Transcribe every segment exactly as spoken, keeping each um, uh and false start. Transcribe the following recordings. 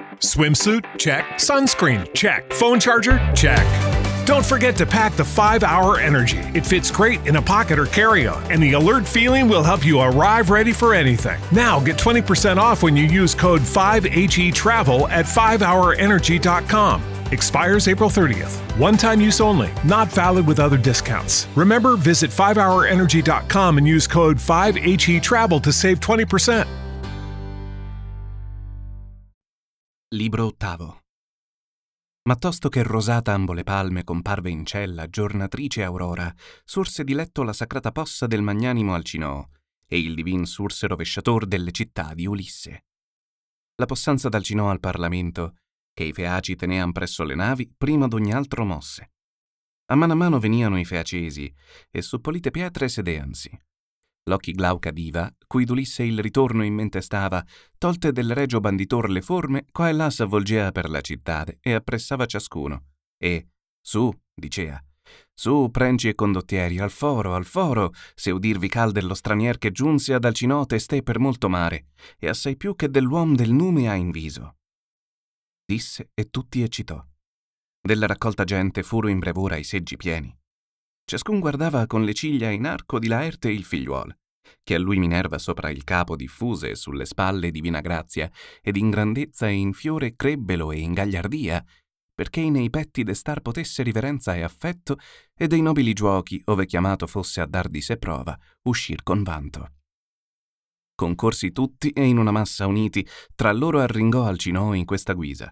Swimsuit? Check. Sunscreen? Check. Phone charger? Check. Don't forget to pack the five hour Energy. It fits great in a pocket or carry-on, and the alert feeling will help you arrive ready for anything. Now get twenty percent off when you use code five H E TRAVEL at five hour energy dot com. Expires April thirtieth. One-time use only. Not valid with other discounts. Remember, visit five hour energy dot com and use code five H E TRAVEL to save twenty percent. Libro ottavo. Ma tosto che rosata ambo le palme comparve in cella giornatrice Aurora, sorse di letto la sacrata possa del magnanimo Alcinoo, e il divin surse rovesciator delle città di Ulisse. La possanza d'Alcinoo al Parlamento, che i feaci tenean presso le navi, prima d'ogni altro mosse. A mano a mano veniano i feacesi, e su polite pietre sedeansi. L'occhi glauca diva, cui d'Ulisse il ritorno in mente stava, tolte del regio banditor le forme, qua e là s'avvolgea per la cittade e appressava ciascuno. E, su, dicea, su, prenci e condottieri, al foro, al foro, se udirvi cal dello stranier che giunse ad Alcinoo testé per molto mare, e assai più che dell'uom del nume ha in viso. Disse e tutti eccitò. Della raccolta gente furo in brevura i seggi pieni. Ciascun guardava con le ciglia in arco di Laerte il figliuol, che a lui Minerva sopra il capo diffuse sulle spalle divina grazia, ed in grandezza e in fiore crebbelo e in gagliardia, perché nei petti destar potesse riverenza e affetto, e dei nobili giuochi, ove chiamato fosse a dar di sé prova, uscir con vanto. Concorsi tutti e in una massa uniti, tra loro arringò Alcinoo in questa guisa.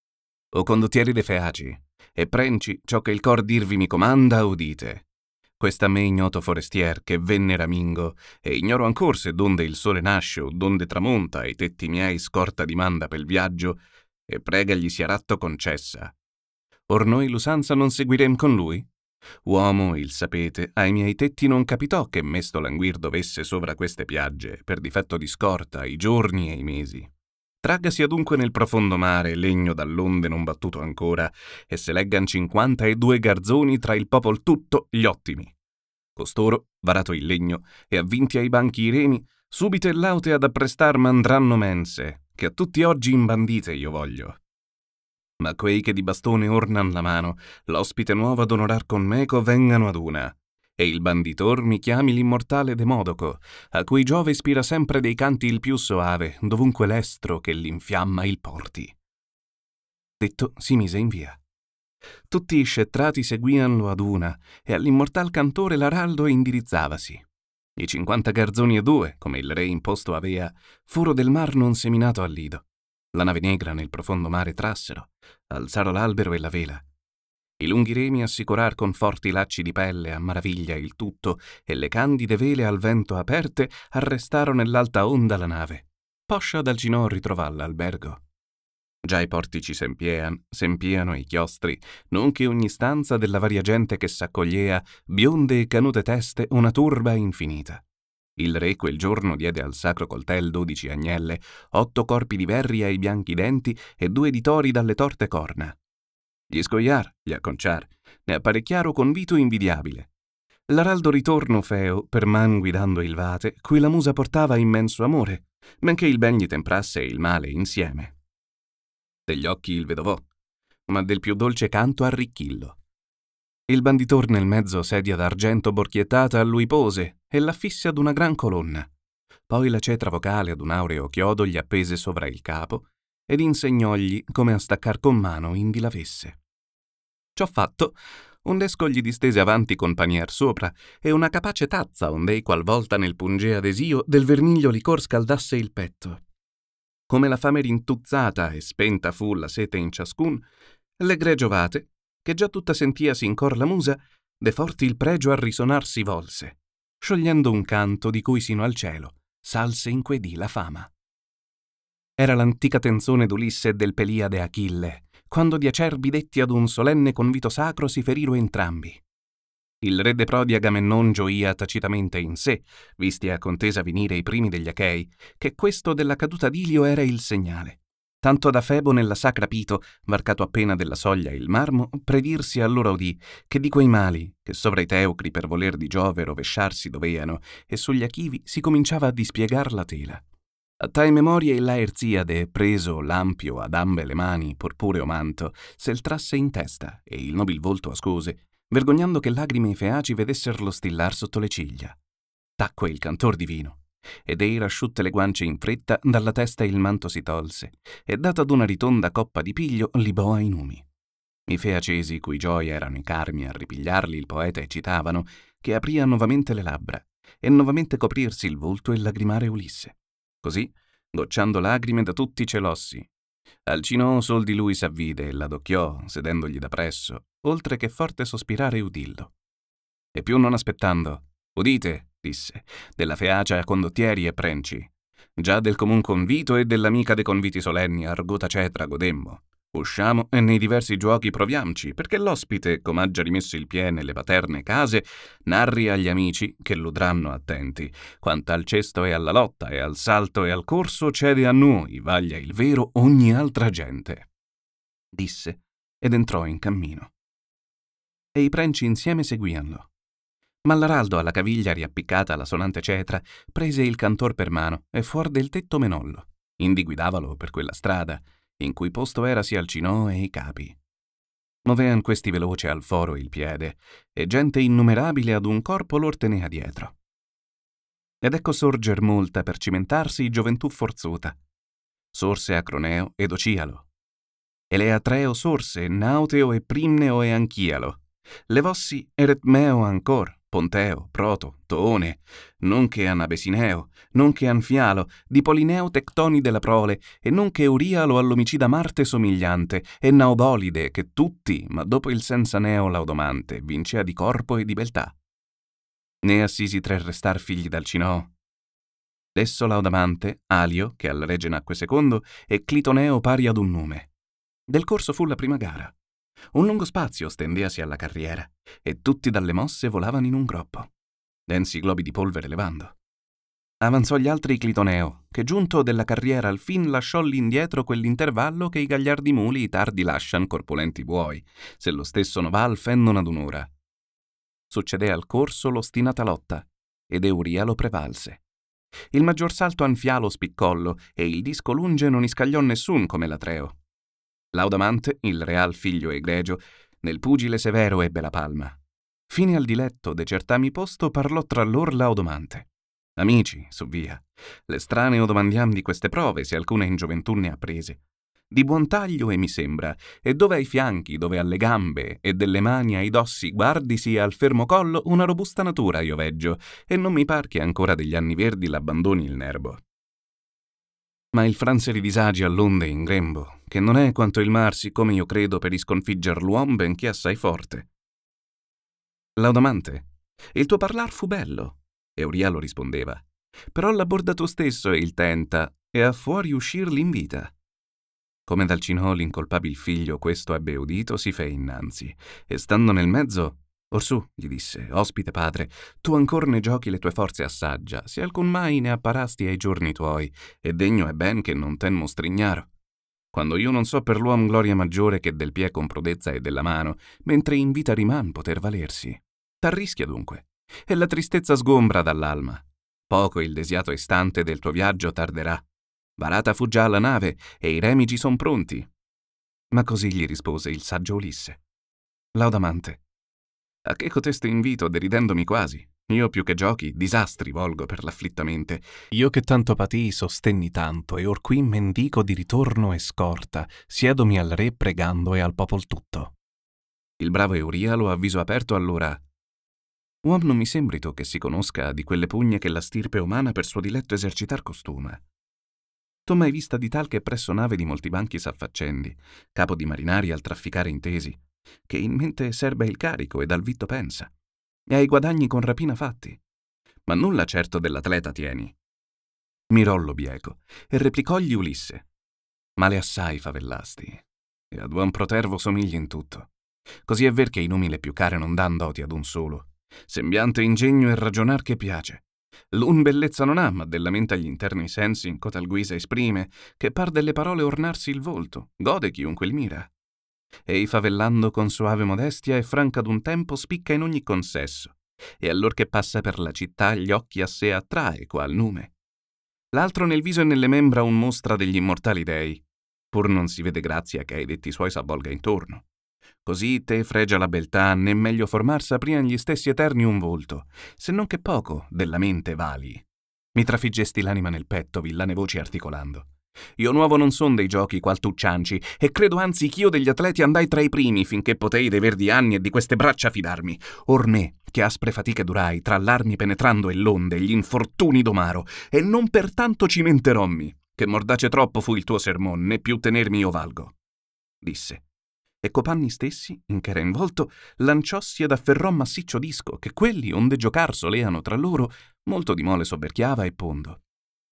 O condottieri de feaci, e prenci ciò che il cor dirvi mi comanda, udite. Questa me ignoto forestier che venne ramingo, e ignoro ancor se donde il sole nasce o donde tramonta, i tetti miei scorta dimanda pel viaggio, e prega gli sia ratto concessa. Or noi l'usanza non seguirem con lui? Uomo, il sapete, ai miei tetti non capitò che mesto languir dovesse sovra queste piagge, per difetto di scorta, i giorni e i mesi. Traggasi adunque nel profondo mare, legno dall'onde non battuto ancora, e se leggan cinquanta e due garzoni tra il popol tutto gli ottimi. Costoro, varato il legno, e avvinti ai banchi i remi, subito e laute ad apprestar mandranno mense, che a tutti oggi imbandite io voglio. Ma quei che di bastone ornan la mano, l'ospite nuovo ad onorar con meco vengano ad una, e il banditor mi chiami l'immortale Demodoco, a cui Giove ispira sempre dei canti il più soave, dovunque l'estro che l'infiamma il porti. Detto, si mise in via. Tutti i scetrati seguianlo ad una, e all'immortal cantore l'araldo indirizzavasi. I cinquanta garzoni e due, come il re imposto avea, furo del mar non seminato al lido. La nave negra nel profondo mare trassero, alzaro l'albero e la vela. I lunghi remi assicurar con forti lacci di pelle a maraviglia il tutto, e le candide vele al vento aperte arrestarono nell'alta onda la nave. Poscia ad Alcinoo ritrovà l'albergo. Già i portici s'empiean, s'empiano i chiostri, nonché ogni stanza della varia gente che s'accogliea, bionde e canute teste, una turba infinita. Il re quel giorno diede al sacro coltel dodici agnelle, otto corpi di verri ai bianchi denti e due di tori dalle torte corna. Gli scoiar, gli acconciar, ne apparecchiaro con vito invidiabile. L'araldo ritorno feo, per man guidando il vate, cui la musa portava immenso amore, benché il ben gli temprasse e il male insieme. Degli occhi il vedovò, ma del più dolce canto arricchillo. Il banditor nel mezzo sedia d'argento borchiettata a lui pose e l'affisse ad una gran colonna. Poi la cetra vocale ad un aureo chiodo gli appese sovra il capo ed insegnògli come a staccar con mano indi l'avesse. Ciò fatto, un desco gli distese avanti con panier sopra e una capace tazza ond'ei qualvolta nel pungea desio del vermiglio licor scaldasse il petto. Come la fame rintuzzata e spenta fu la sete in ciascun, l'egregio vate, che già tutta sentiasi in cor la musa, de forti il pregio a risonar si volse, sciogliendo un canto di cui sino al cielo salse inquedì la fama. Era l'antica tenzone d'Ulisse e del Peliade Achille, quando di acerbi detti ad un solenne convito sacro si feriro entrambi. Il re de prodi Agamennon gioia tacitamente in sé, visti a contesa venire i primi degli Achei, che questo della caduta d'Ilio era il segnale. Tanto da Febo nella sacra Pito, varcato appena della soglia il marmo, predirsi allora udì che di quei mali, che sovra i teucri per voler di Giove rovesciarsi doveano, e sugli Achivi si cominciava a dispiegar la tela. A tai memoria il Laerziade, preso l'ampio ad ambe le mani purpureo manto, se il trasse in testa e il nobil volto ascose, vergognando che lagrime feaci vedesserlo stillar sotto le ciglia. Tacque il cantor divino, ed ei rasciutte le guance in fretta, dalla testa il manto si tolse, e data ad una ritonda coppa di piglio, libò ai numi. I feacesi, cui gioia erano i carmi a ripigliarli il poeta eccitavano, che apria nuovamente le labbra, e nuovamente coprirsi il volto e lagrimare Ulisse. Così, gocciando lagrime da tutti i celossi. Alcinò sol di lui s'avvide e l'adocchiò, sedendogli da presso, oltre che forte sospirare udillo. E più non aspettando, udite, disse, della feacia condottieri e prenci. Già del comun convito e dell'amica de conviti solenni arguta cetra godemmo. Usciamo e nei diversi giochi proviamci, perché l'ospite, come ha già rimesso il piè nelle paterne case, narri agli amici, che l'udranno attenti, quanto al cesto e alla lotta e al salto e al corso cede a noi, vaglia il vero, ogni altra gente. Disse, ed entrò in cammino. E i prenci insieme seguianlo. Ma l'araldo, alla caviglia riappiccata alla sonante cetra, prese il cantor per mano e fuor del tetto menollo, indi guidavalo per quella strada, in cui posto era si Alcinò e i capi. Movean questi veloce al foro il piede, e gente innumerabile ad un corpo lor tenea dietro. Ed ecco sorger molta per cimentarsi gioventù forzuta. Sorse Acroneo ed Ocialo. Eleatreo sorse, Nauteo e Primneo e Anchialo. Levossi Eretmeo ancor, Ponteo, Proto, Toone, nonché Anabesineo, nonché Anfialo, di Polineo Tectoni della prole, e nonché Urialo all'omicida Marte somigliante, e Naubolide, che tutti, ma dopo il senza Neo Laudomante, vincea di corpo e di beltà. Ne assisi tre restar figli d'Alcinò. Esso Laudamante, Alio, che al regge nacque secondo, e Clitoneo pari ad un nume. Del corso fu la prima gara. Un lungo spazio stendeasi alla carriera, e tutti dalle mosse volavano in un groppo, densi globi di polvere levando. Avanzò gli altri Clitoneo, che giunto della carriera al fin lasciò l'indietro quell'intervallo che i gagliardi muli i tardi lascian corpulenti buoi, se lo stesso noval fendono ad un'ora. Succedé al corso l'ostinata lotta, ed Euria lo prevalse. Il maggior salto Anfialo spiccollo, e il disco lunge non iscagliò nessun come l'Atreo. Laudamante, il real figlio egregio, nel pugile severo ebbe la palma. Fine al diletto de certami posto parlò tra lor Laudamante. Amici, su via, l'estraneo domandiam di queste prove, se alcuna in gioventù ne ha prese. Di buon taglio e mi sembra, e dove ai fianchi, dove alle gambe, e delle mani ai dossi guardisi al fermo collo, una robusta natura io veggio, e non mi par che ancora degli anni verdi l'abbandoni il nervo. Ma il franseri disagi all'onde in grembo, che non è quanto il mar, siccome io credo, per isconfigger l'uom benché assai forte. Laudamante, il tuo parlar fu bello, Eurialo rispondeva, però l'aborda tu stesso e il tenta, e a fuori uscir l'invita. Come d'Alcinò l'incolpabil figlio questo ebbe udito, si fe innanzi, e stando nel mezzo, orsù, gli disse, ospite padre, tu ancor ne giochi le tue forze assaggia, se alcun mai ne apparasti ai giorni tuoi, e degno è ben che non ten mostrignaro. Quando io non so per l'uom gloria maggiore che del pie con prodezza e della mano, mentre in vita riman poter valersi. T'arrischia dunque, e la tristezza sgombra dall'alma. Poco il desiato istante del tuo viaggio tarderà. Varata fu già la nave, e i remici son pronti. Ma così gli rispose il saggio Ulisse. Laudamante, a che cotesto invito, deridendomi quasi? Io più che giochi, disastri volgo per l'afflitta mente. Io che tanto patii, sostenni tanto, e or qui mendico di ritorno e scorta, siedomi al re pregando e al popol tutto. Il bravo Eurialo a viso aperto allora. Uom non mi sembrito che si conosca di quelle pugne che la stirpe umana per suo diletto esercitar costuma. Tu m'hai vista di tal che presso nave di molti banchi s'affaccendi, capo di marinari al trafficare intesi, che in mente serba il carico ed al vitto pensa, e ai guadagni con rapina fatti, ma nulla certo dell'atleta tieni. Mirollo bieco, e replicògli Ulisse, male assai favellasti, e ad buon protervo somigli in tutto. Così è ver che i numi le più care non dan doti ad un solo, sembiante ingegno e ragionar che piace. L'un bellezza non ha, ma della mente agli interni sensi in cotal guisa esprime, che par delle parole ornarsi il volto, gode chiunque il mira. Ei favellando con soave modestia e franca d'un tempo spicca in ogni consesso, e allor che passa per la città gli occhi a sé attrae qual nume. l'altro nel viso e nelle membra un mostra degli immortali dei. Pur non si vede grazia che ai detti suoi s'avvolga intorno. Così te fregia la beltà, né meglio formarsa prima gli stessi eterni un volto, se non che poco della mente vali. Mi trafiggesti l'anima nel petto, villane voci articolando. Io nuovo non son dei giochi qual tu cianci, e credo anzi ch'io degli atleti andai tra i primi, finché potei dei verdi anni e di queste braccia fidarmi. Or me, che aspre fatiche durai, tra l'armi penetrando e l'onde, gli infortuni domaro, e non pertanto cimenterommi, che mordace troppo fu il tuo sermon, né più tenermi io valgo. Disse. E co panni stessi, in ch'era involto, lanciossi ed afferrò massiccio disco, che quelli, onde giocar soleano tra loro, molto di mole soverchiava e pondo.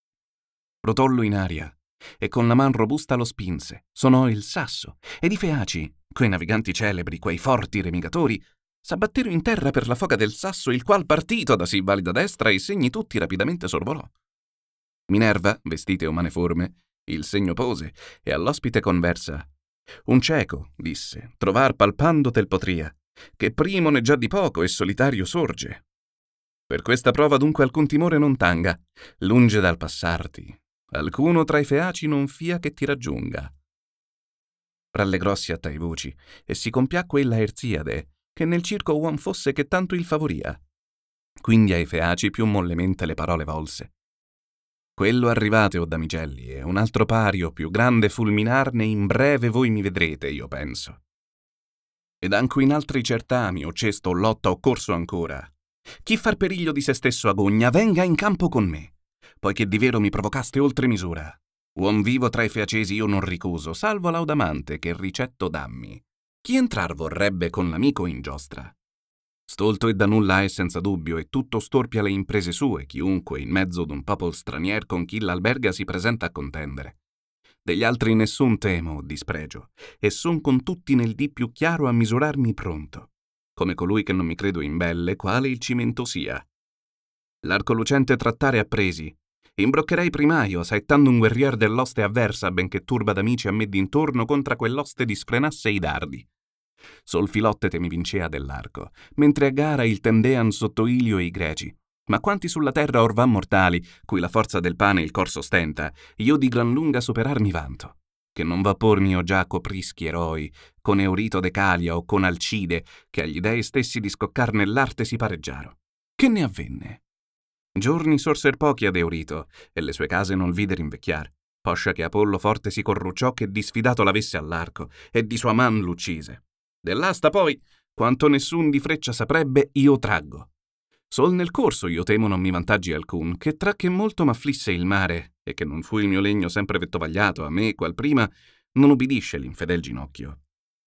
Rotollo in aria, e con la man robusta lo spinse, sonò il sasso, ed i feaci, quei naviganti celebri, quei forti remigatori, s'abbatterono in terra per la foga del sasso, il qual partito da sì valida destra i segni tutti rapidamente sorvolò. Minerva, vestite umane forme, il segno pose, e all'ospite conversa. Un cieco, disse, trovar palpando tel potria, che primo ne già di poco e solitario sorge. Per questa prova dunque alcun timore non tanga, lunge dal passarti. Alcuno tra i feaci non fia che ti raggiunga. Rallegrossi a tai voci, e si compiacque la Erziade, che nel circo uom fosse che tanto il favoria. Quindi ai feaci più mollemente le parole volse. Quello arrivate, o damigelli, e un altro pario più grande fulminarne in breve voi mi vedrete, io penso. Ed anco in altri certami, o cesto, o lotta, o corso ancora. Chi far periglio di se stesso agogna, venga in campo con me, poiché di vero mi provocaste oltre misura. Uom vivo tra i feacesi io non ricuso, salvo Laudamante che ricetto dammi. Chi entrar vorrebbe con l'amico in giostra? Stolto e da nulla è senza dubbio, e tutto storpia le imprese sue, chiunque in mezzo d'un popol stranier con chi l'alberga si presenta a contendere. Degli altri nessun temo o dispregio, e son con tutti nel dì più chiaro a misurarmi pronto, come colui che non mi credo imbelle, quale il cimento sia. L'arco lucente trattare appresi, imbroccherei primaio, saettando un guerrier dell'oste avversa, benché turba d'amici a me d'intorno, contra quell'oste disfrenasse i dardi. Sol Filottete mi vincea dell'arco, mentre a gara il tendean sotto Ilio e i greci. Ma quanti sulla terra or van mortali, cui la forza del pane il cor sostenta, io di gran lunga superar mi vanto. Che non va pormi o già coprischi eroi, con Eurito de Calia o con Alcide, che agli dei stessi di scoccar nell'arte si pareggiaro. Che ne avvenne? Giorni sorser pochi ad Eurito, e le sue case non videro invecchiar, poscia che Apollo forte si corrucciò che disfidato l'avesse all'arco, e di sua man l'uccise. Dell'asta poi, quanto nessun di freccia saprebbe, io traggo. Sol nel corso io temo non mi vantaggi alcun, che tra che molto m'afflisse il mare, e che non fu il mio legno sempre vettovagliato, a me, qual prima, non ubbidisce l'infedel ginocchio.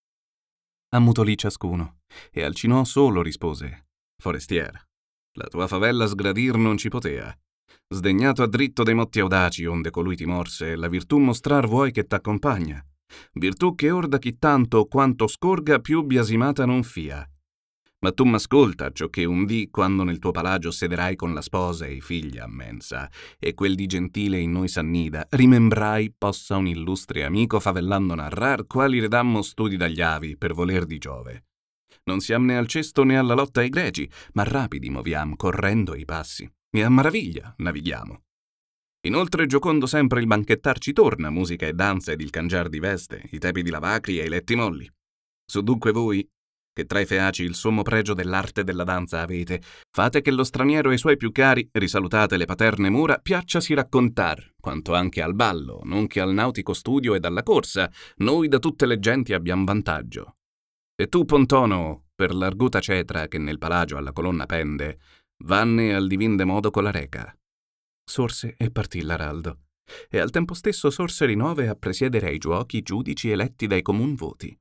Ammutolì ciascuno, e Alcinò solo rispose, forestiera, la tua favella sgradir non ci potea. Sdegnato a dritto dei motti audaci, onde colui ti morse, la virtù mostrar vuoi che t'accompagna. Virtù che or da chi tanto quanto scorga più biasimata non fia. Ma tu m'ascolta, ciò che un dì, quando nel tuo palagio sederai con la sposa e i figli a mensa, e quel di gentile in noi s'annida, rimembrai possa un illustre amico favellando narrar quali redammo studi dagli avi per voler di Giove. Non siam né al cesto né alla lotta ai greci, ma rapidi moviam, correndo i passi, e a maraviglia navighiamo. Inoltre giocondo sempre il banchettar ci torna, musica e danza ed il cangiar di veste, i tepidi lavacri e i letti molli. Su dunque voi, che tra i feaci il sommo pregio dell'arte della danza avete, fate che lo straniero e i suoi più cari, risalutate le paterne mura, piacciasi raccontar, quanto anche al ballo, nonché al nautico studio ed alla corsa, noi da tutte le genti abbiam vantaggio. E tu, Pontono, per l'arguta cetra che nel palagio alla colonna pende, vanne al divin Demodoco la reca. Sorse e partì l'araldo, e al tempo stesso sorsero i nove a presiedere ai giuochi i giudici eletti dai comun voti.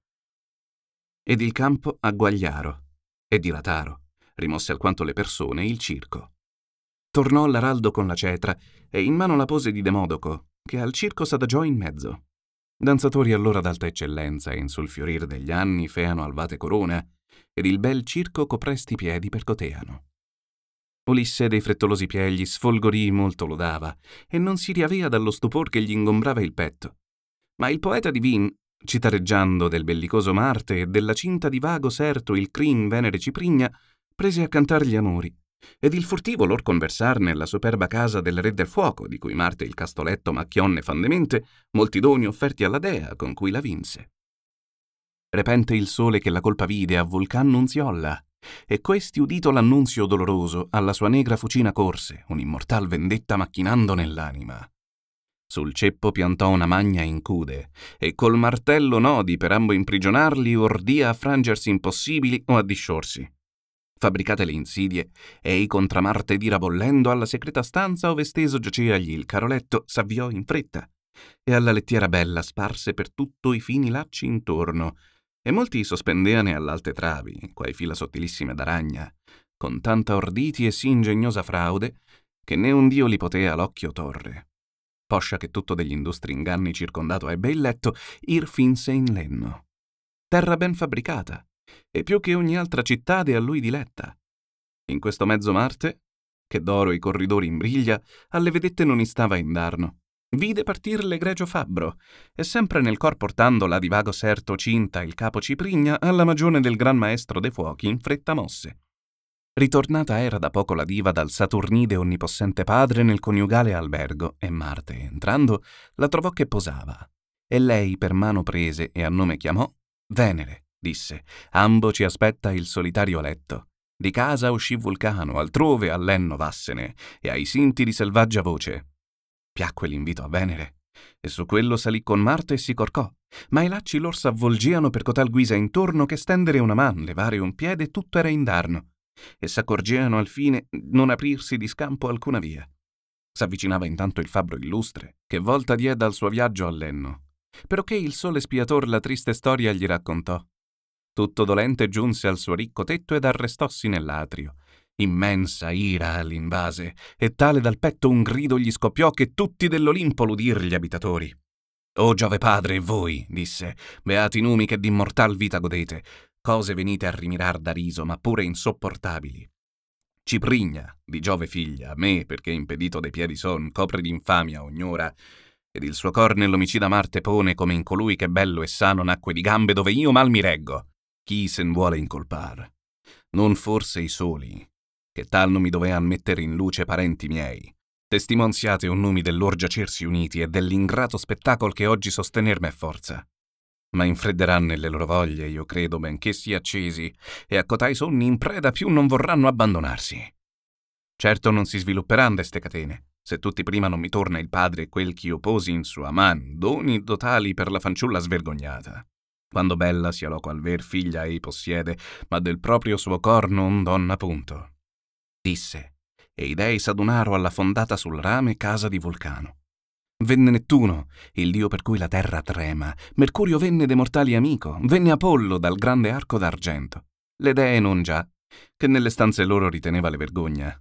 Ed il campo agguagliaro, e dilatarono, rimosse alquanto le persone, il circo. Tornò l'araldo con la cetra, e in mano la pose di Demodoco, che al circo s'adagiò in mezzo. Danzatori allora d'alta eccellenza, in sul fiorir degli anni feano alvate corona, ed il bel circo copresti piedi percoteano. Ulisse dei frettolosi piegli sfolgorì molto lodava, e non si riavea dallo stupor che gli ingombrava il petto. Ma il poeta divin, citareggiando del bellicoso Marte e della cinta di vago serto il crin Venere Ciprigna, prese a cantar gli amori, ed il furtivo lor conversar nella superba casa del re del fuoco, di cui Marte il castoletto macchionne fandemente, molti doni offerti alla dea con cui la vinse. Repente il sole che la colpa vide a Vulcan nunziolla, e questi udito l'annunzio doloroso alla sua negra fucina corse, un'immortal vendetta macchinando nell'anima. Sul ceppo piantò una magna incude, e col martello nodi per ambo imprigionarli ordia a frangersi impossibili o a disciorsi. Fabbricate le insidie, ei contra Marte dirabollendo alla segreta stanza ove steso giaceagli il caroletto s'avviò in fretta, e alla lettiera bella sparse per tutto i fini lacci intorno, e molti sospendeane all'alte travi, quai fila sottilissime d'aragna, con tanta orditi e sì ingegnosa fraude, che né un dio li potea l'occhio torre. Poscia che tutto degli industri inganni circondato ebbe il letto, ir finse in lenno. Terra ben fabbricata, e più che ogni altra cittade a lui diletta. In questo mezzo Marte, che d'oro i corridori imbriglia, alle vedette non istava indarno. Vide partir l'egregio fabbro, e sempre nel cor portando la di vago serto cinta il capo ciprigna, alla magione del gran maestro dei fuochi in fretta mosse. Ritornata era da poco la diva dal Saturnide onnipossente padre nel coniugale albergo, e Marte, entrando, la trovò che posava. E lei per mano prese e a nome chiamò: Venere, disse, ambo ci aspetta il solitario letto. Di casa uscì Vulcano, altrove al lenno vassene, e ai sinti di selvaggia voce. Piacque l'invito a Venere, e su quello salì con Marte e si corcò, ma i lacci lor s'avvolgeano per cotal guisa intorno che stendere una man, levare un piede, tutto era indarno, e s'accorgeano al fine non aprirsi di scampo alcuna via. S'avvicinava intanto il fabbro illustre, che volta diè dal suo viaggio al lenno, perché il sole spiator la triste storia gli raccontò. Tutto dolente giunse al suo ricco tetto ed arrestossi nell'atrio. Immensa ira l'invase, e tale dal petto un grido gli scoppiò che tutti dell'Olimpo l'udir gli abitatori. «O Giove padre e voi», disse, «beati numi che d'immortal vita godete, cose venite a rimirar da riso, ma pure insopportabili. Ciprigna, di Giove figlia, a me, perché impedito dei piedi son, copre d'infamia ognora, ed il suo cor nell'omicida Marte pone come in colui che bello e sano nacque di gambe dove io mal mi reggo. Chi sen vuole incolpar? Non forse i soli, che tal non mi dovean mettere in luce parenti miei. Testimonziate un numi del lor giacersi uniti e dell'ingrato spettacol che oggi sostener m'è forza. Ma infredderan nelle loro voglie, io credo, benché sia accesi, e a cotai sonni in preda più non vorranno abbandonarsi. Certo non si svilupperan deste catene, se tutti prima non mi torna il padre quel ch'io posi in sua man, doni dotali per la fanciulla svergognata. Quando bella sia loco al ver figlia ei possiede, ma del proprio suo cor non donna punto. Disse, e i dei s'adunaro alla fondata sul rame casa di Vulcano. Venne Nettuno, il dio per cui la terra trema, Mercurio venne de mortali amico, venne Apollo dal grande arco d'argento, le dee non già, che nelle stanze loro riteneva le vergogna.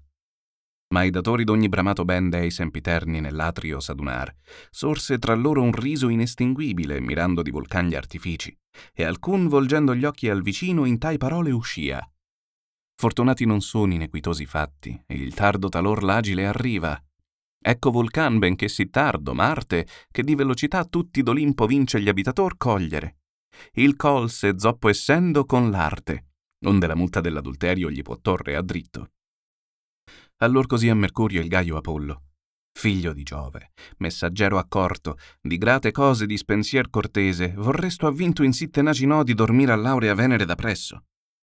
Ma i datori d'ogni bramato ben dei sempiterni nell'atrio s'adunar, sorse tra loro un riso inestinguibile, mirando di Vulcan gli artifici, e alcun volgendo gli occhi al vicino in tai parole uscia. Fortunati non sono i nequitosi fatti, e il tardo talor l'agile arriva. Ecco Vulcan, benché sì tardo, Marte, che di velocità tutti d'Olimpo vince gli abitator cogliere. Il colse, zoppo essendo, con l'arte, onde la multa dell'adulterio gli può torre a dritto. Allor così a Mercurio il gaio Apollo, figlio di Giove, messaggero accorto, di grate cose di spensier cortese, vorresto avvinto in sì tenaci nodi dormire all'aurea Venere da presso.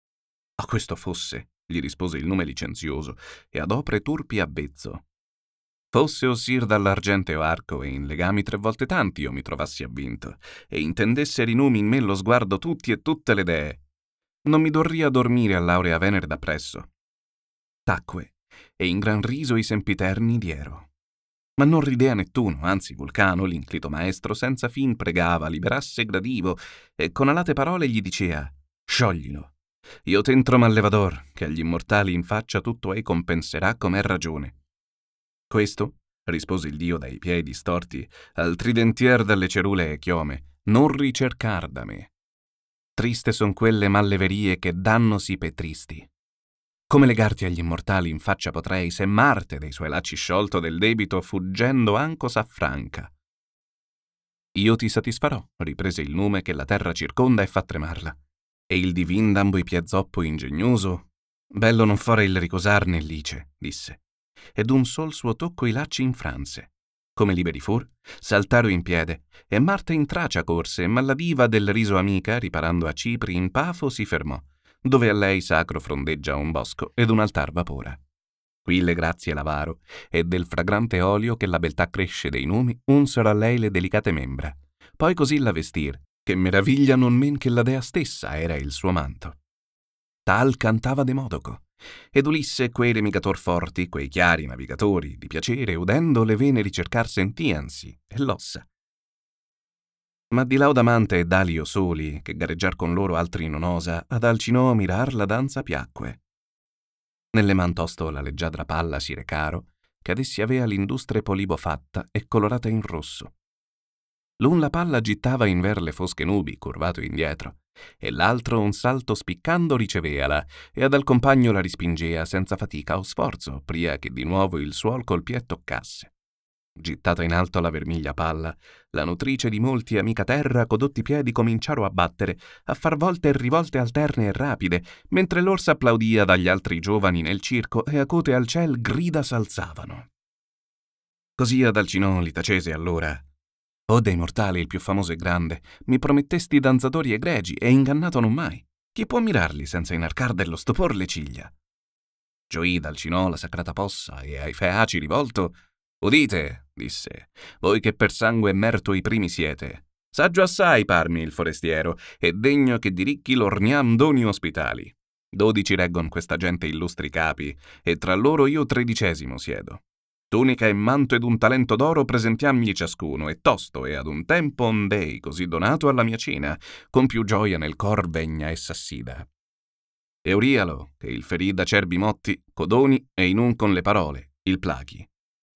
A questo fosse, gli rispose il nume licenzioso, e ad opre turpi abvezzo. Fosse o sir dall'argenteo arco, e in legami tre volte tanti io mi trovassi avvinto, e intendesse rinumi in me lo sguardo tutti e tutte le dee. Non mi dorria dormire all'aurea Venere da presso. Tacque, e in gran riso i sempiterni diero. Ma non ridea Nettuno, anzi Vulcano, l'inclito maestro, senza fin pregava, liberasse gradivo, e con alate parole gli dicea: scioglilo. Io t'entro mallevador, che agli immortali in faccia tutto ei compenserà com'è ragione. Questo, rispose il dio dai piedi storti, al tridentier dalle cerule e chiome, non ricercar da me. Triste son quelle malleverie che dannosi pe tristi. Come legarti agli immortali in faccia potrei, se Marte dei suoi lacci sciolto del debito fuggendo anco s'affranca. Io ti satisfarò, riprese il nume che la terra circonda e fa tremarla, e il divin d'ambo i piè zoppo ingegnoso Bello non fore il ricosarne, Lice, disse, ed un sol suo tocco i lacci infranse. Come liberi fur, saltaro in piede, e Marta in Tracia corse, ma la diva del riso amica, riparando a Cipri in Pafo, si fermò, dove a lei sacro frondeggia un bosco ed un altar vapora. Qui le grazie l'avaro, e del fragrante olio che la beltà cresce dei numi, unsero a lei le delicate membra. Poi così la vestir, che meraviglia non men che la dea stessa era il suo manto. Tal cantava Demodoco, ed Ulisse quei remigator forti, quei chiari navigatori, di piacere, udendo le vene ricercar sentiansi, e l'ossa. Ma di Laudamante e Dalio soli, che gareggiar con loro altri non osa, ad Alcinò mirar la danza piacque. Nelle man tosto la leggiadra palla si recaro, che ad essi avea l'industre polibo fatta e colorata in rosso. L'un la palla gittava in ver le fosche nubi, curvato indietro, e l'altro un salto spiccando riceveala, e ad al compagno la rispingea senza fatica o sforzo, pria che di nuovo il suol col piè toccasse. Gittata in alto la vermiglia palla, la nutrice di molti amica terra codotti piedi cominciaro a battere, a far volte e rivolte alterne e rapide, mentre l'orsa applaudia dagli altri giovani nel circo e acute al ciel grida s'alzavano. Così ad Alcinò li tacese allora: «O dei mortali il più famoso e grande, mi promettesti danzatori egregi e ingannato non mai. Chi può mirarli senza inarcar dello stupor le ciglia?» Gioì d'Alcinò la sacrata possa e ai Feaci rivolto: «Udite», disse, «voi che per sangue merto i primi siete. Saggio assai parmi il forestiero, e degno che di ricchi l'orniam doni ospitali. Dodici reggon questa gente illustri capi, e tra loro io tredicesimo siedo. Tunica e manto ed un talento d'oro presentiamgli ciascuno, e tosto e ad un tempo ondei così donato alla mia cena, con più gioia nel cor vegna e s'assida. Eurialo, che il ferì d'acerbi motti, codoni e in un con le parole, il plachi.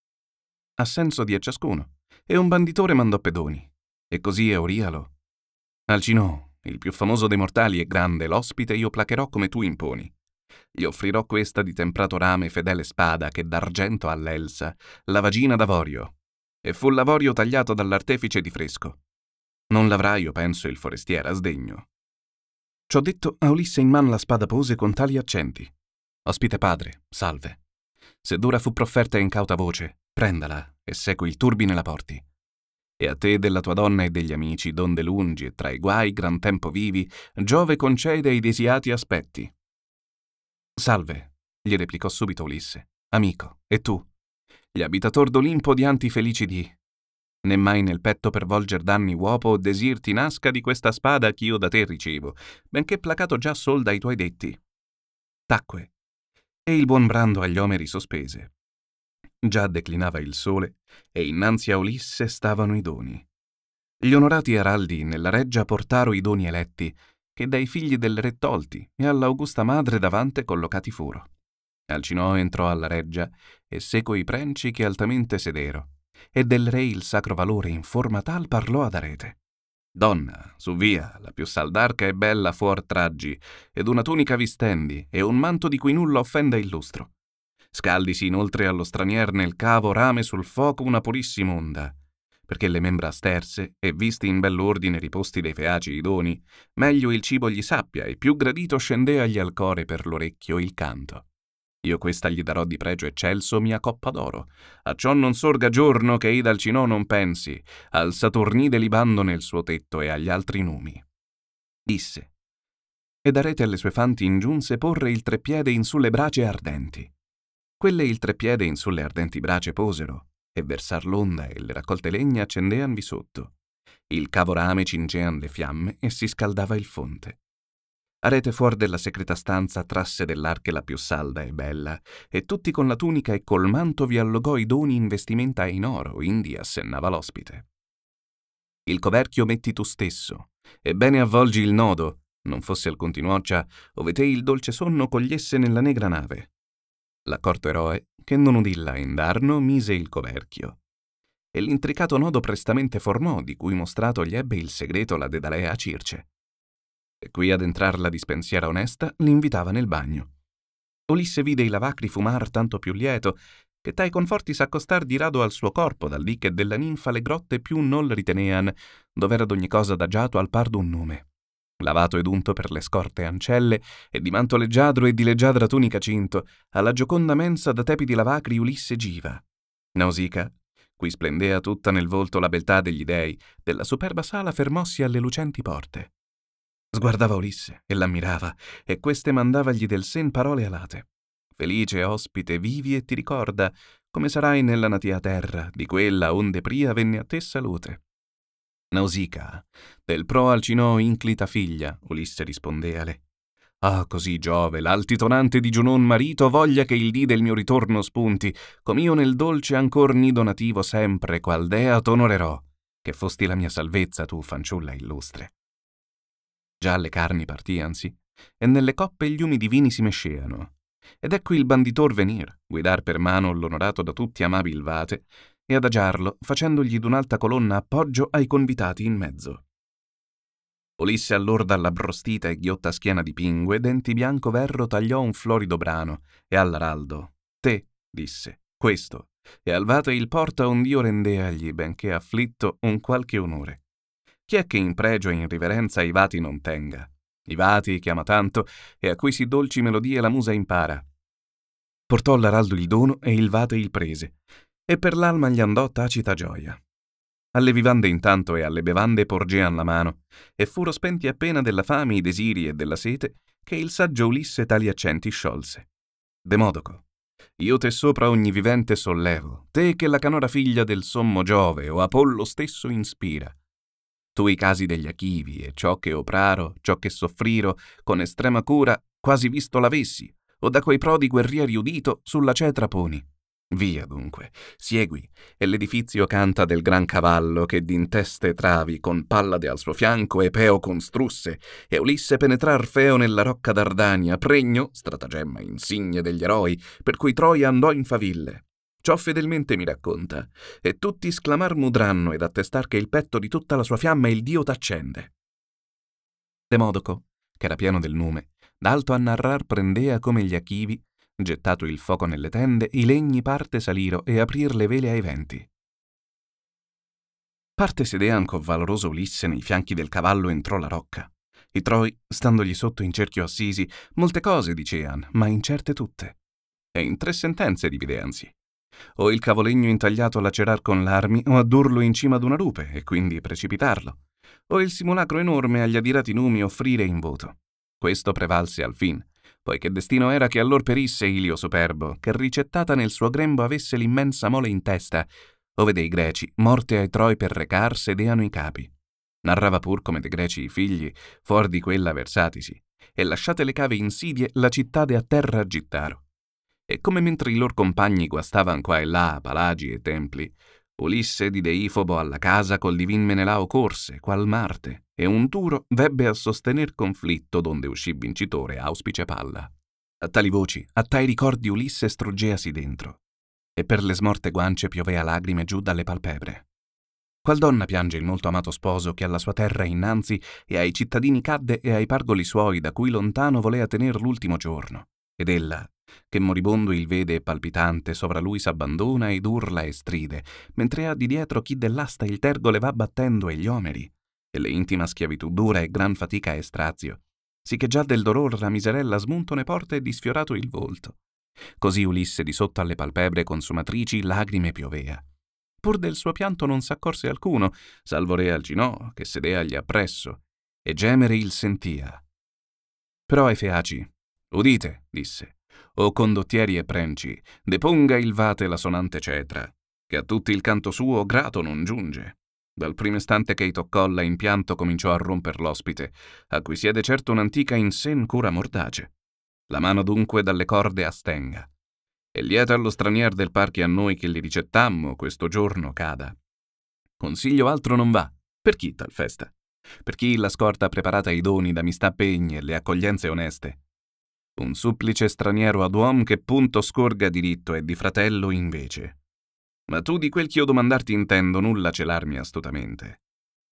A senso di a ciascuno, e un banditore mandò pedoni, e così Eurialo: «Alcinò, il più famoso dei mortali e grande, l'ospite io placherò come tu imponi. Gli offrirò questa di temprato rame fedele spada che d'argento ha l'elsa, la vagina d'avorio, e fu l'avorio tagliato dall'artefice di fresco. Non l'avrà, io penso, il forestiera a sdegno». Ciò detto, a Ulisse in man la spada pose con tali accenti: «Ospite padre, salve. Se d'ora fu profferta in cauta voce, prendala e sequi il turbine la porti. E a te della tua donna e degli amici, donde lungi e tra i guai gran tempo vivi, Giove concede i desiati aspetti». «Salve», gli replicò subito Ulisse, «amico, e tu? Gli abitator d'Olimpo dianti felici di. Né mai nel petto per volger danni uopo desir ti nasca di questa spada ch'io da te ricevo, benché placato già sol dai tuoi detti». Tacque, e il buon Brando agli omeri sospese. Già declinava il sole, e innanzi a Ulisse stavano i doni. Gli onorati araldi nella reggia portaro i doni eletti, che dai figli del re tolti e all'augusta madre davante collocati furo. Alcinò entrò alla reggia e seco i prenci che altamente sedero, e del re il sacro valore in forma tal parlò ad Arete: «Donna, su via, la più saldarca e bella fuor traggi, ed una tunica vistendi, e un manto di cui nulla offenda il lustro. Scaldisi inoltre allo stranier nel cavo rame sul fuoco una purissima onda, perché le membra sterse, e visti in bell'ordine riposti dei Feaci i doni, meglio il cibo gli sappia, e più gradito scendea-gli al core per l'orecchio il canto. Io questa gli darò di pregio eccelso mia coppa d'oro, a ciò non sorga giorno che ei d'Alcinò non pensi, al Saturnide libando nel suo tetto e agli altri numi». Disse, ed Arete alle sue fanti ingiunse porre il treppiede in sulle brace ardenti. Quelle il treppiede in sulle ardenti brace posero, e versar l'onda e le raccolte legna accendean vi sotto. Il cavo rame cingean le fiamme e si scaldava il fonte. Arete fuor della secreta stanza trasse dell'arche la più salda e bella, e tutti con la tunica e col manto vi allogò i doni in vestimenta in oro, indi assennava l'ospite. «Il coverchio metti tu stesso, e bene avvolgi il nodo, non fosse alcun tinuoccia, ove te il dolce sonno cogliesse nella negra nave». L'accorto eroe, che non udilla indarno, mise il coverchio. E l'intricato nodo prestamente formò, di cui mostrato gli ebbe il segreto la Dedalea Circe. E qui ad entrar la dispensiera onesta l'invitava nel bagno. Ulisse vide i lavacri fumar tanto più lieto, che tai conforti s'accostar di rado al suo corpo, dal dì che della ninfa le grotte più non ritenean, dov'era d'ogni cosa adagiato al par d'un nume. lavato ed unto per le scorte ancelle, e di manto leggiadro e di leggiadra tunica cinto, alla gioconda mensa da tepidi lavacri Ulisse giva. Nausicaa, cui splendea tutta nel volto la beltà degli dei, della superba sala fermossi alle lucenti porte. Sguardava Ulisse e l'ammirava, e queste mandavagli del sen parole alate. Felice ospite, vivi e ti ricorda, come sarai nella natia terra, di quella onde pria venne a te salute. Nausicaa, del pro Alcinoo inclita figlia, Ulisse rispondeale. Ah, così Giove, l'altitonante di Giunon marito, voglia che il dì del mio ritorno spunti, com'io nel dolce ancor nido nativo sempre, qual dea t'onorerò, che fosti la mia salvezza tu, fanciulla illustre. Già le carni partiansi, e nelle coppe gli umidi vini si mesceano, ed ecco il banditor venir, guidar per mano l'onorato da tutti amabil vate, e adagiarlo, facendogli d'un'alta colonna appoggio ai convitati in mezzo. Ulisse allor dalla brostita e ghiotta schiena di pingue, denti bianco verro tagliò un florido brano, e all'araldo, te, disse, questo, e al vate il porta ond'io rendeagli, benché afflitto, un qualche onore. Chi è che in pregio e in riverenza i vati non tenga? I vati chiama tanto, e a cui si dolci melodie la musa impara. Portò l'araldo il dono e il vate il prese, e per l'alma gli andò tacita gioia. Alle vivande intanto e alle bevande porgean la mano, e furo spenti appena della fame i desiri e della sete, che il saggio Ulisse tali accenti sciolse. Demodoco, io te sopra ogni vivente sollevo, te che la canora figlia del sommo Giove o Apollo stesso inspira. Tu i casi degli Achivi e ciò che opraro, ciò che soffriro, con estrema cura, quasi visto l'avessi, o da quei prodi guerrieri udito, sulla cetra poni. Via dunque, siegui, e l'edifizio canta del gran cavallo che d'inteste travi con Pallade al suo fianco e Peo construsse, e Ulisse penetrar feo nella rocca Dardania, pregno, stratagemma insigne degli eroi, per cui Troia andò in faville. Ciò fedelmente mi racconta, e tutti sclamar mudranno ed attestar che il petto di tutta la sua fiamma il Dio t'accende. Demodoco, ch'era pieno del nume, d'alto a narrar prendea come gli Achivi, gettato il fuoco nelle tende, i legni parte saliro e aprir le vele ai venti. Parte sedean con valoroso Ulisse nei fianchi del cavallo entrò la rocca. I Troi, standogli sotto in cerchio assisi, molte cose dicean, ma incerte tutte. E in tre sentenze divideansi. O il cavolegno intagliato lacerar con l'armi, o addurlo in cima d'una rupe, e quindi precipitarlo. O il simulacro enorme agli adirati numi offrire in voto. Questo prevalse al fin, poiché destino era che allor perisse Ilio superbo, che ricettata nel suo grembo avesse l'immensa mole in testa, ove dei greci, morte ai Troi per recar, sedeano i capi. Narrava pur come de greci i figli, fuor di quella versatisi, e lasciate le cave insidie, la cittade a terra gittaro. E come mentre i lor compagni guastavan qua e là a palagi e templi, Ulisse di Deifobo alla casa col divin Menelao corse, qual Marte, e un Turo vebbe a sostener conflitto donde uscì vincitore auspice Palla. A tali voci, a tai ricordi Ulisse struggeasi dentro, e per le smorte guance piovea lagrime giù dalle palpebre. Qual donna piange il molto amato sposo che alla sua terra innanzi e ai cittadini cadde e ai pargoli suoi da cui lontano volea tener l'ultimo giorno, ed ella, che moribondo il vede e palpitante sovra lui s'abbandona ed urla e stride, mentre ha di dietro chi dell'asta il tergo le va battendo e gli omeri, e le intima schiavitù dura e gran fatica e strazio, sì che già del dolor la miserella smunto ne porta e disfiorato il volto. Così Ulisse di sotto alle palpebre consumatrici lagrime piovea. Pur del suo pianto non s'accorse alcuno, salvo re Alcinoo, che sedeagli appresso, e gemere il sentia. Però ai feaci, udite, disse, o condottieri e prenci, deponga il vate la sonante cetra, che a tutti il canto suo grato non giunge. Dal primo istante che i toccolla in pianto cominciò a romper l'ospite, a cui siede certo un'antica in sen cura mordace. La mano dunque dalle corde astenga, e lieta allo stranier del par che a noi che li ricettammo questo giorno cada. Consiglio altro non va, per chi tal festa? Per chi la scorta preparata ai doni d'amistà pegni e le accoglienze oneste? Un supplice straniero ad uom che punto scorga diritto e di fratello invece. Ma tu di quel ch'io domandarti intendo nulla celarmi astutamente.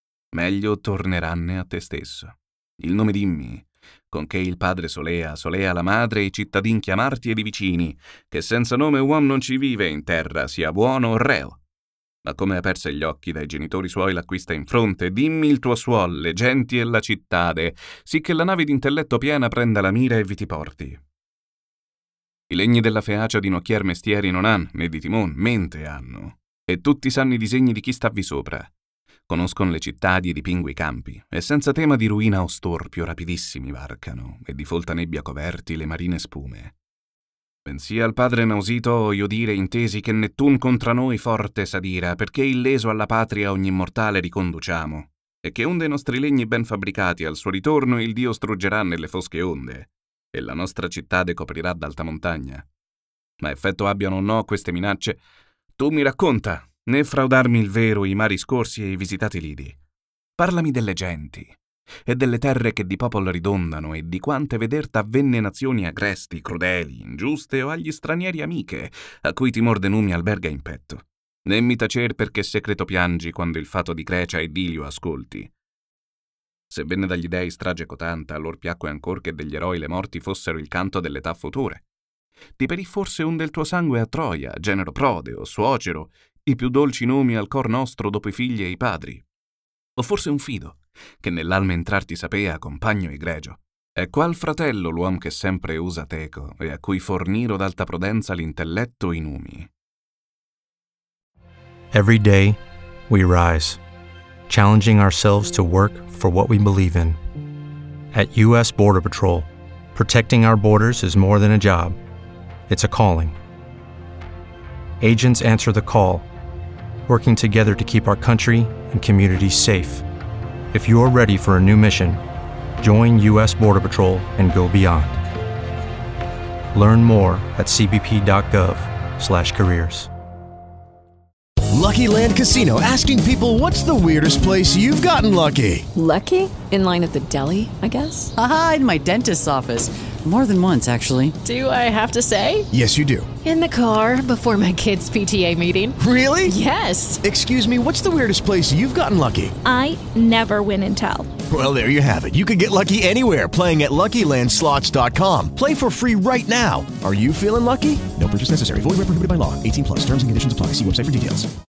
Meglio torneranne a te stesso. Il nome dimmi, con che il padre solea, solea la madre e i cittadin chiamarti ed i vicini, che senza nome uom non ci vive in terra, sia buono o reo. Ma come aperse gli occhi dai genitori suoi l'acquista in fronte, dimmi il tuo suol, le genti e la cittade, sì che la nave d'intelletto piena prenda la mira e vi ti porti. I legni della feacia di nocchier mestieri non han, né di timon, mente hanno, e tutti sanno i disegni di chi stavi sopra. Conoscono le cittadi e dipingue i campi, e senza tema di ruina o storpio rapidissimi varcano, e di folta nebbia coverti le marine spume. Pensia al padre Nausito io dire intesi che Nettun contra noi forte s'adira, perché illeso alla patria ogni mortale riconduciamo, e che onde i nostri legni ben fabbricati al suo ritorno il Dio struggerà nelle fosche onde, e la nostra cittade coprirà d'alta montagna. Ma effetto abbiano o no queste minacce, tu mi racconta, né fraudarmi il vero i mari scorsi e i visitati lidi. Parlami delle genti, e delle terre che di popolo ridondano, e di quante veder t'avvenne nazioni agresti, crudeli, ingiuste o agli stranieri amiche, a cui timor de numi alberga in petto. Né mi tacer perché secreto piangi quando il fato di Crecia e d'Ilio ascolti. Se venne dagli dei strage cotanta, allor piacque ancor che degli eroi le morti fossero il canto dell'età future. Ti perì forse un del tuo sangue a Troia, genero Prodeo, suocero, i più dolci nomi al cor nostro dopo i figli e i padri. O forse un fido, che nell'alme entrar ti sapea compagno egregio. E qual fratello l'uom che sempre usa teco, e a cui forniro d'alta prudenza l'intelletto i numi. Every day, we rise, challenging ourselves to work for what we believe in. At U S Border Patrol, protecting our borders is more than a job. It's a calling. Agents answer the call, working together to keep our country and communities safe. If you are ready for a new mission, join U S Border Patrol and go beyond. Learn more at c b p dot gov slash careers. Lucky Land Casino, asking people, what's the weirdest place you've gotten lucky? Lucky? In line at the deli, I guess? Aha, in my dentist's office. More than once, actually. Do I have to say? Yes, you do. In the car before my kids' P T A meeting. Really? Yes. Excuse me, what's the weirdest place you've gotten lucky? I never win and tell. Well, there you have it. You can get lucky anywhere, playing at Lucky Land Slots dot com. Play for free right now. Are you feeling lucky? No purchase necessary. Void where prohibited by law. eighteen plus. Terms and conditions apply. See website for details.